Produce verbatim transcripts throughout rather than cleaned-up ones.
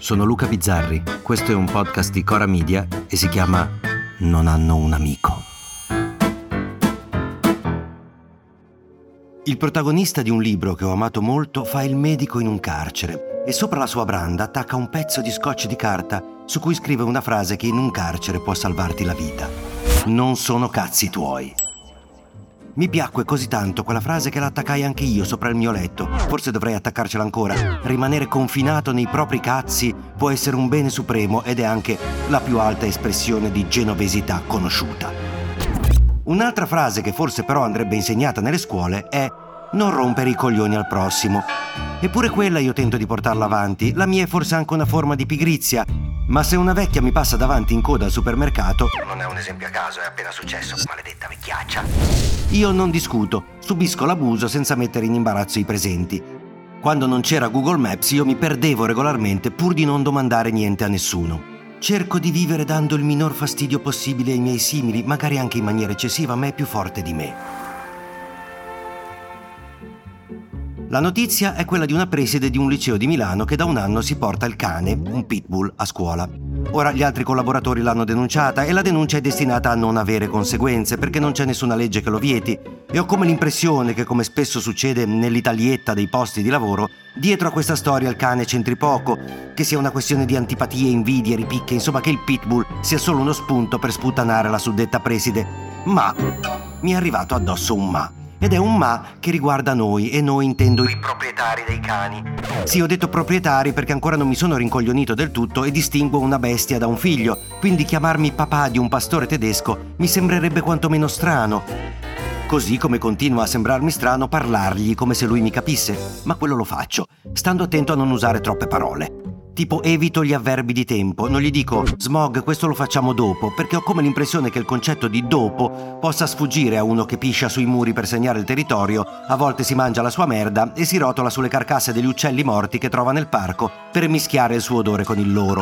sono Luca Bizzarri, questo è un podcast di Cora Media e si chiama Non hanno un amico. Il protagonista di un libro che ho amato molto fa il medico in un carcere e sopra la sua branda attacca un pezzo di scotch di carta su cui scrive una frase che in un carcere può salvarti la vita. Non sono cazzi tuoi. Mi piacque così tanto quella frase che la attaccai anche io sopra il mio letto. Forse dovrei attaccarcela ancora. Rimanere confinato nei propri cazzi può essere un bene supremo ed è anche la più alta espressione di genovesità conosciuta. Un'altra frase che forse però andrebbe insegnata nelle scuole è non rompere i coglioni al prossimo. Eppure quella io tento di portarla avanti. La mia è forse anche una forma di pigrizia. Ma se una vecchia mi passa davanti in coda al supermercato, non è un esempio a caso, è appena successo, maledetta vecchiaccia, io non discuto, subisco l'abuso senza mettere in imbarazzo i presenti. Quando non c'era Google Maps io mi perdevo regolarmente pur di non domandare niente a nessuno. Cerco di vivere dando il minor fastidio possibile ai miei simili, magari anche in maniera eccessiva, ma è più forte di me. La notizia è quella di una preside di un liceo di Milano che da un anno si porta il cane, un pitbull, a scuola. Ora gli altri collaboratori l'hanno denunciata e la denuncia è destinata a non avere conseguenze perché non c'è nessuna legge che lo vieti e ho come l'impressione che, come spesso succede nell'Italietta dei posti di lavoro, dietro a questa storia il cane c'entri poco, che sia una questione di antipatie, invidie, ripicche, insomma che il pitbull sia solo uno spunto per sputtanare la suddetta preside. Ma mi è arrivato addosso un ma. Ed è un ma che riguarda noi, e noi intendo i proprietari dei cani. Sì, ho detto proprietari perché ancora non mi sono rincoglionito del tutto e distinguo una bestia da un figlio, quindi chiamarmi papà di un pastore tedesco mi sembrerebbe quantomeno strano. Così come continua a sembrarmi strano parlargli come se lui mi capisse, ma quello lo faccio, stando attento a non usare troppe parole. Tipo evito gli avverbi di tempo, non gli dico smog, questo lo facciamo dopo, perché ho come l'impressione che il concetto di dopo possa sfuggire a uno che piscia sui muri per segnare il territorio, a volte si mangia la sua merda e si rotola sulle carcasse degli uccelli morti che trova nel parco per mischiare il suo odore con il loro.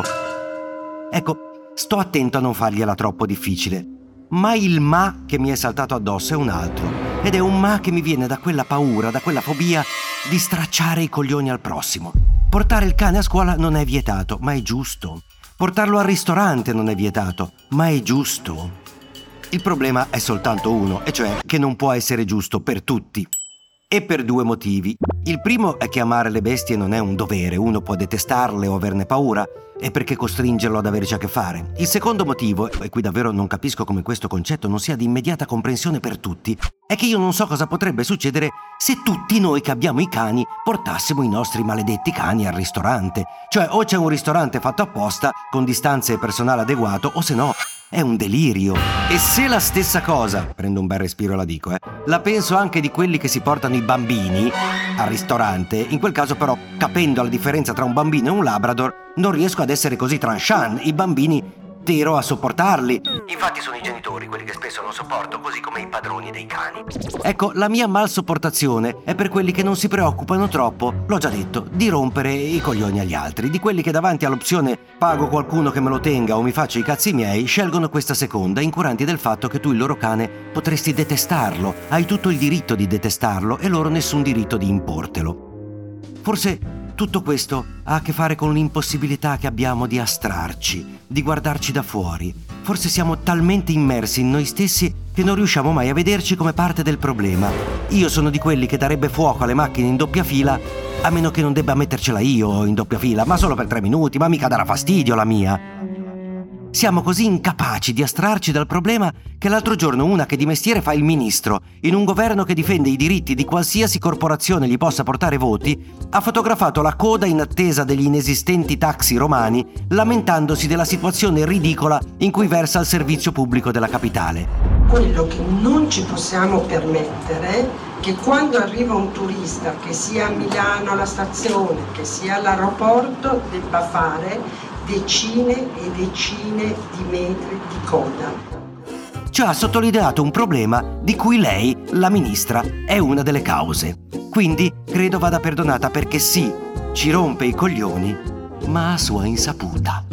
Ecco, sto attento a non fargliela troppo difficile. Ma il ma che mi è saltato addosso è un altro, ed è un ma che mi viene da quella paura, da quella fobia di stracciare i coglioni al prossimo. Portare il cane a scuola non è vietato, ma è giusto. Portarlo al ristorante non è vietato, ma è giusto. Il problema è soltanto uno, e cioè che non può essere giusto per tutti. E per due motivi. Il primo è che amare le bestie non è un dovere, uno può detestarle o averne paura, e perché costringerlo ad averci a che fare. Il secondo motivo, e qui davvero non capisco come questo concetto non sia di immediata comprensione per tutti, è che io non so cosa potrebbe succedere se tutti noi che abbiamo i cani portassimo i nostri maledetti cani al ristorante. Cioè o c'è un ristorante fatto apposta, con distanze e personale adeguato, o se no è un delirio. E se la stessa cosa, prendo un bel respiro e la dico, eh, la penso anche di quelli che si portano i bambini al ristorante, in quel caso però, capendo la differenza tra un bambino e un labrador, non riesco ad essere così tranchant. I bambini tero a sopportarli. Infatti sono i genitori quelli che spesso non sopporto, così come i padroni dei cani. Ecco, la mia malsopportazione è per quelli che non si preoccupano troppo, l'ho già detto, di rompere i coglioni agli altri, di quelli che davanti all'opzione pago qualcuno che me lo tenga o mi faccio i cazzi miei, scelgono questa seconda, incuranti del fatto che tu il loro cane potresti detestarlo, hai tutto il diritto di detestarlo e loro nessun diritto di importelo. Forse tutto questo ha a che fare con l'impossibilità che abbiamo di astrarci, di guardarci da fuori. Forse siamo talmente immersi in noi stessi che non riusciamo mai a vederci come parte del problema. Io sono di quelli che darebbe fuoco alle macchine in doppia fila, a meno che non debba mettercela io in doppia fila, ma solo per tre minuti, ma mica darà fastidio la mia. Siamo così incapaci di astrarci dal problema che l'altro giorno una che di mestiere fa il ministro, in un governo che difende i diritti di qualsiasi corporazione gli possa portare voti, ha fotografato la coda in attesa degli inesistenti taxi romani, lamentandosi della situazione ridicola in cui versa il servizio pubblico della capitale. Quello che non ci possiamo permettere è che quando arriva un turista, che sia a Milano alla stazione, che sia all'aeroporto, debba fare decine e decine di metri di coda. Ci ha sottolineato un problema di cui lei, la ministra, è una delle cause. Quindi credo vada perdonata perché sì, ci rompe i coglioni, ma a sua insaputa.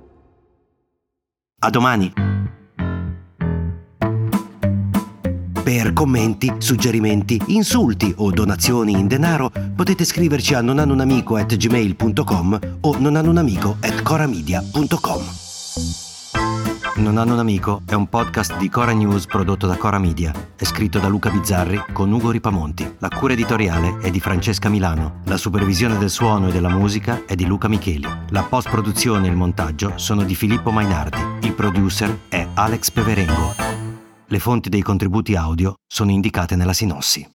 A domani. Per commenti, suggerimenti, insulti o donazioni in denaro potete scriverci a nonhannounamico at gmail punto com o nonhannounamico at coramedia punto com. Non hanno un amico è un podcast di Cora News prodotto da Cora Media. È scritto da Luca Bizzarri con Ugo Ripamonti. La cura editoriale è di Francesca Milano. La supervisione del suono e della musica è di Luca Micheli. La post-produzione e il montaggio sono di Filippo Mainardi. Il producer è Alex Peverengo. Le fonti dei contributi audio sono indicate nella sinossi.